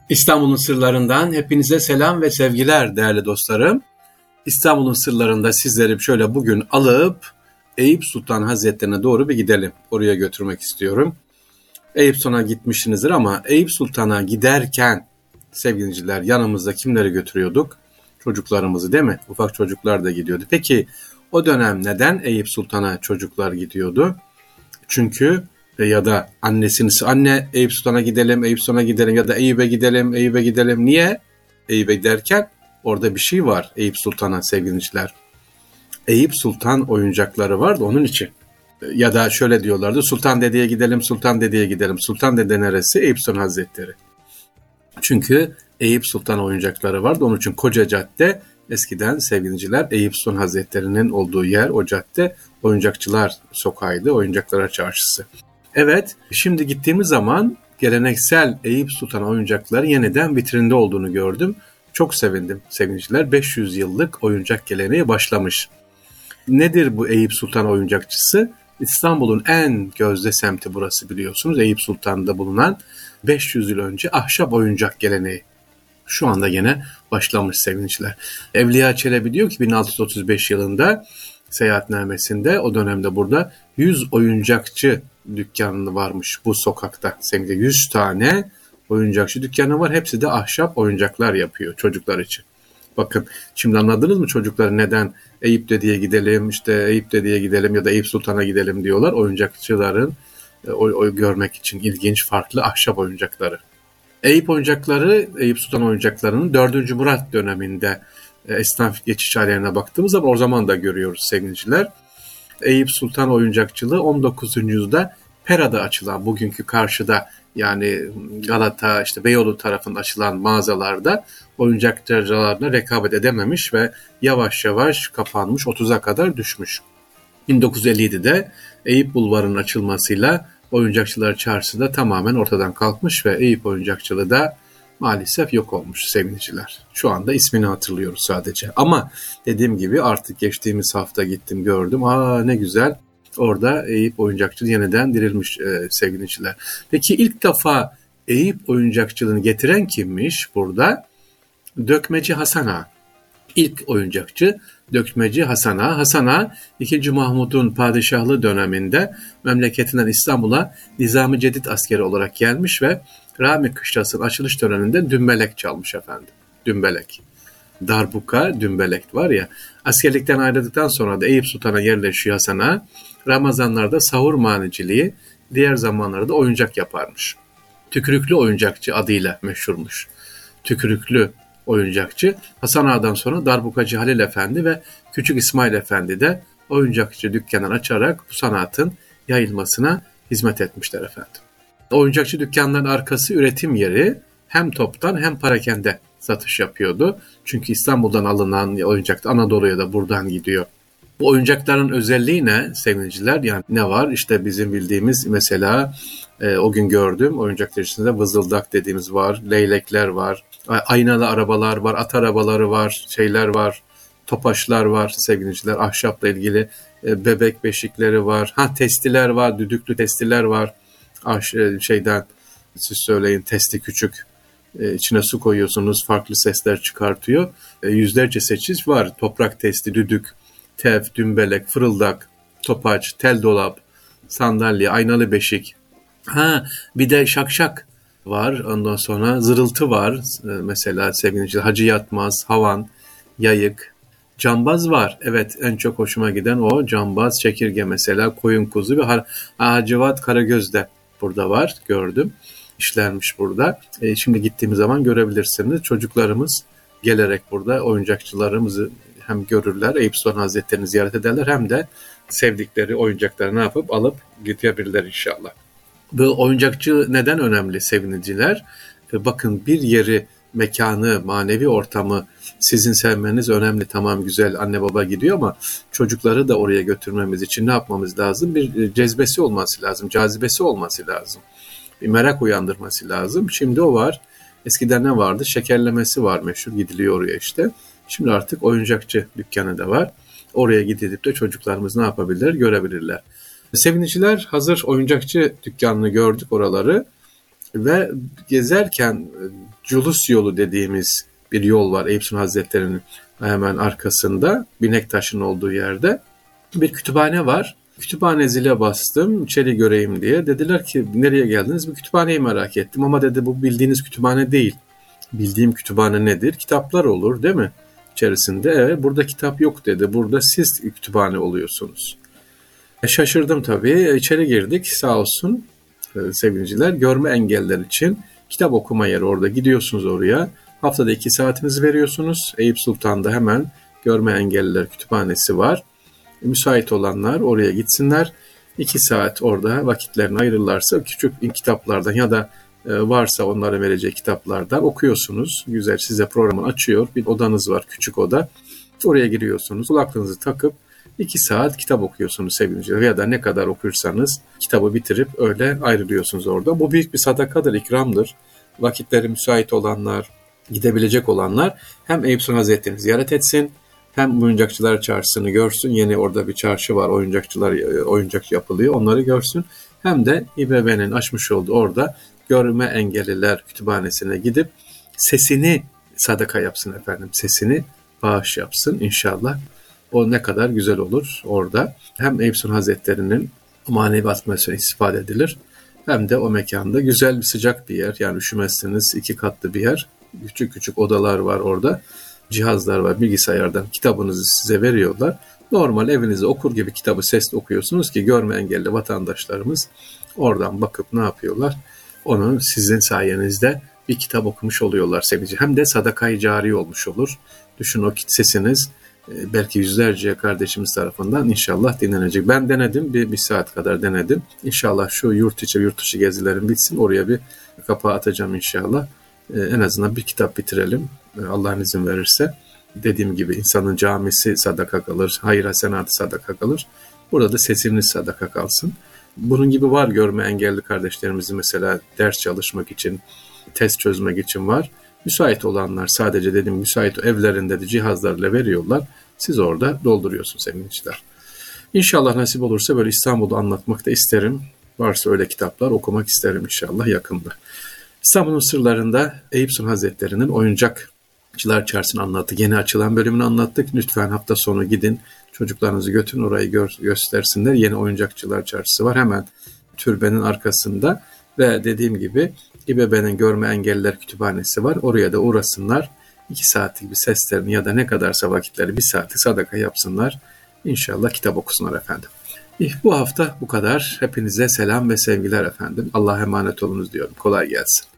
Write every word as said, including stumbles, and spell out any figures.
İstanbul'un sırlarından hepinize selam ve sevgiler değerli dostlarım. İstanbul'un sırlarında sizleri şöyle bugün alıp Eyüp Sultan Hazretlerine doğru bir gidelim. Oraya götürmek istiyorum. Eyüp Sultan'a gitmişsinizdir ama Eyüp Sultan'a giderken sevgiliciler yanımızda kimleri götürüyorduk? Çocuklarımızı, değil mi? Ufak çocuklar da gidiyordu. Peki o dönem neden Eyüp Sultan'a çocuklar gidiyordu? Çünkü ya da annesiniz, anne Eyüp Sultan'a gidelim, Eyüp Sultan'a gidelim ya da Eyüp'e gidelim, Eyüp'e gidelim. Niye? Eyüp'e giderken orada bir şey var Eyüp Sultan'a sevgiliciler. Eyüp Sultan oyuncakları vardı onun için. Ya da şöyle diyorlardı, Sultan Dede'ye gidelim, Sultan Dede'ye gidelim. Sultan Dede neresi? Eyüp Sultan Hazretleri. Çünkü Eyüp Sultan oyuncakları vardı. Onun için koca cadde eskiden sevgiliciler Eyüp Sultan Hazretleri'nin olduğu yer, o cadde oyuncakçılar sokağıydı, oyuncaklar çarşısı. Evet, şimdi gittiğimiz zaman geleneksel Eyüp Sultan oyuncakları yeniden vitrinde olduğunu gördüm. Çok sevindim sevgiliciler. beş yüz yıllık oyuncak geleneği başlamış. Nedir bu Eyüp Sultan oyuncakçısı? İstanbul'un en gözde semti burası biliyorsunuz. Eyüp Sultan'da bulunan beş yüz yıl önce ahşap oyuncak geleneği. Şu anda yine başlamış sevgiliciler. Evliya Çelebi diyor ki bin altı yüz otuz beş yılında seyahatnamesinde o dönemde burada yüz oyuncakçı dükkanı varmış bu sokakta. Sevgili yüz tane oyuncakçı dükkanı var. Hepsi de ahşap oyuncaklar yapıyor çocuklar için. Bakın şimdi anladınız mı çocuklar neden Eyüp Dede'ye gidelim, işte Eyüp Dede'ye gidelim ya da Eyüp Sultan'a gidelim diyorlar. Oyuncakçıların o, o görmek için ilginç farklı ahşap oyuncakları. Eyüp oyuncakları, Eyüp Sultan oyuncaklarının dördüncü Murat döneminde esnaf geçiş hallerine baktığımız zaman o zaman da görüyoruz sevgiliciler. Eyüp Sultan oyuncakçılığı on dokuzuncu yüzyılda Pera'da açılan, bugünkü karşıda yani Galata, işte Beyoğlu tarafında açılan mağazalarda oyuncakçılarla rekabet edememiş ve yavaş yavaş kapanmış, otuza kadar düşmüş. bin dokuz yüz elli yedide Eyüp Bulvarı'nın açılmasıyla oyuncakçılar çarşısı da tamamen ortadan kalkmış ve Eyüp oyuncakçılığı da maalesef yok olmuş sevgiliciler. Şu anda ismini hatırlıyoruz sadece. Ama dediğim gibi artık geçtiğimiz hafta gittim gördüm. Aa ne güzel. Orada Eyüp oyuncakçılığı yeniden dirilmiş e, sevgiliciler. Peki ilk defa Eyüp oyuncakçılığını getiren kimmiş burada? Dökmeci Hasan Ağa. İlk oyuncakçı Dökmeci Hasan Ağa. Hasan Ağa ikinci. Mahmud'un padişahlığı döneminde memleketinden İstanbul'a Nizami Cedid askeri olarak gelmiş ve Rami Kışlası'nın açılış töreninde dümbelek çalmış efendim. Dümbelek. Darbuka, dümbelek var ya. Askerlikten ayrıldıktan sonra da Eyüp Sultan'a yerleşiyor Hasan Ağa. Ramazanlarda sahur maniciliği, diğer zamanlarda oyuncak yaparmış. Tükürüklü oyuncakçı adıyla meşhurmuş. Tükürüklü oyuncakçı. Hasan Ağa'dan sonra Darbukacı Halil Efendi ve Küçük İsmail Efendi de oyuncakçı dükkanlar açarak bu sanatın yayılmasına hizmet etmişler efendim. Oyuncakçı dükkanların arkası üretim yeri, hem toptan hem parakende satış yapıyordu. Çünkü İstanbul'dan alınan oyuncak Anadolu'ya da buradan gidiyor. Bu oyuncakların özelliği ne sevgiliciler? Yani ne var? İşte bizim bildiğimiz mesela e, o gün gördüğüm oyuncaklar içinde vızıldak dediğimiz var, leylekler var, aynalı arabalar var, at arabaları var, şeyler var, topaçlar var sevgiliciler, ahşapla ilgili e, bebek beşikleri var, ha testiler var, düdüklü testiler var. Ah, şeyden siz söyleyin testi küçük. E, içine su koyuyorsunuz, farklı sesler çıkartıyor. E, yüzlerce seçiş var. Toprak testi, düdük, tef, dümbelek, fırıldak, topaç, tel dolap, sandalye, aynalı beşik. Ha bir de şakşak var. Ondan sonra zırıltı var. E, mesela sevgili Hacı Yatmaz, havan, yayık, cambaz var. Evet en çok hoşuma giden o cambaz, çekirge mesela, koyun kuzu ve Hacivat Karagöz de burada var. Gördüm. İşlenmiş burada. E, şimdi gittiğimiz zaman görebilirsiniz. Çocuklarımız gelerek burada oyuncakçılarımızı hem görürler, Eyüp Sultan Hazretleri'ni ziyaret ederler hem de sevdikleri oyuncakları ne yapıp alıp gidebilirler inşallah. Bu oyuncakçı neden önemli sevgiliciler? E, bakın bir yeri, mekanı, manevi ortamı sizin sevmeniz önemli. Tamam güzel anne baba gidiyor ama çocukları da oraya götürmemiz için ne yapmamız lazım? Bir cezbesi olması lazım, cazibesi olması lazım. Bir merak uyandırması lazım. Şimdi o var. Eskiden ne vardı? Şekerlemesi var meşhur. Gidiliyor oraya işte. Şimdi artık oyuncakçı dükkanı da var. Oraya gidip de çocuklarımız ne yapabilirler? Görebilirler. Sevinçliler hazır oyuncakçı dükkanını gördük oraları. Ve gezerken Culus yolu dediğimiz bir yol var Eyüp Sultan Hazretleri'nin hemen arkasında, Binektaş'ın olduğu yerde bir kütüphane var. Kütüphane zile bastım, içeri göreyim diye. Dediler ki nereye geldiniz? Bir kütüphaneyi merak ettim ama dedi bu bildiğiniz kütüphane değil. Bildiğim kütüphane nedir? Kitaplar olur değil mi? İçerisinde evet, burada kitap yok dedi. Burada siz kütüphane oluyorsunuz. E, şaşırdım tabii. İçeri girdik sağ olsun e, sevgiliciler. Görme engeller için kitap okuma yeri orada. Gidiyorsunuz oraya. Haftada iki saatinizi veriyorsunuz. Eyüp Sultan'da hemen görme engelliler kütüphanesi var. E, müsait olanlar oraya gitsinler. İki saat orada vakitlerini ayırırlarsa küçük kitaplardan ya da varsa onlara vereceği kitaplardan okuyorsunuz. Güzel, size programı açıyor. Bir odanız var, küçük oda. Oraya giriyorsunuz. Kulaklığınızı takıp iki saat kitap okuyorsunuz sevgili ya da ne kadar okursanız kitabı bitirip öyle ayrılıyorsunuz orada. Bu büyük bir sadakadır, ikramdır. Vakitleri müsait olanlar, gidebilecek olanlar hem Eyüp Sultan Hazretleri'ni ziyaret etsin, hem oyuncakçılar çarşısını görsün. Yeni orada bir çarşı var, oyuncakçılar oyuncak yapılıyor. Onları görsün. Hem de İBB'nin açmış olduğu orada görme engelliler kütüphanesine gidip sesini sadaka yapsın efendim. Sesini bağış yapsın inşallah. O ne kadar güzel olur orada. Hem Eyüp Sultan Hazretleri'nin manevi atmosferi istifade edilir. Hem de o mekanda güzel bir sıcak bir yer. Yani üşümezsiniz, iki katlı bir yer. Küçük küçük odalar var orada. Cihazlar var, bilgisayardan kitabınızı size veriyorlar. Normal evinizde okur gibi kitabı sesli okuyorsunuz ki görme engelli vatandaşlarımız oradan bakıp ne yapıyorlar? Onu sizin sayenizde bir kitap okumuş oluyorlar sevgili. Hem de sadaka-i cari olmuş olur. Düşün o sesiniz belki yüzlerce kardeşimiz tarafından inşallah dinlenecek. Ben denedim, bir, bir saat kadar denedim. İnşallah şu yurt içi yurt dışı gezilerim bitsin. Oraya bir kapağı atacağım inşallah. Ee, en azından bir kitap bitirelim. Ee, Allah'ın izin verirse. Dediğim gibi insanın camisi sadaka kalır, hayır hasenatı sadaka kalır. Burada da sesiniz sadaka kalsın. Bunun gibi var görme engelli kardeşlerimizin mesela ders çalışmak için, test çözmek için var. Müsait olanlar sadece dediğim müsait evlerinde de cihazlarla veriyorlar. Siz orada dolduruyorsunuz sevgiliciler. İnşallah nasip olursa böyle İstanbul'u anlatmak da isterim. Varsa öyle kitaplar okumak isterim inşallah yakında. İstanbul'un sırlarında Eyüp Sultan Hazretleri'nin oyuncakçılar çarşısını anlattık. Yeni açılan bölümünü anlattık. Lütfen hafta sonu gidin. Çocuklarınızı götürün orayı gör, göstersinler. Yeni oyuncakçılar çarşısı var hemen türbenin arkasında ve dediğim gibi İBB'nin görme engelliler kütüphanesi var. Oraya da uğrasınlar. İki saatlik bir seslerini ya da ne kadarsa vakitleri bir saati sadaka yapsınlar. İnşallah kitap okusunlar efendim. Bu hafta bu kadar. Hepinize selam ve sevgiler efendim. Allah'a emanet olunuz diyorum. Kolay gelsin.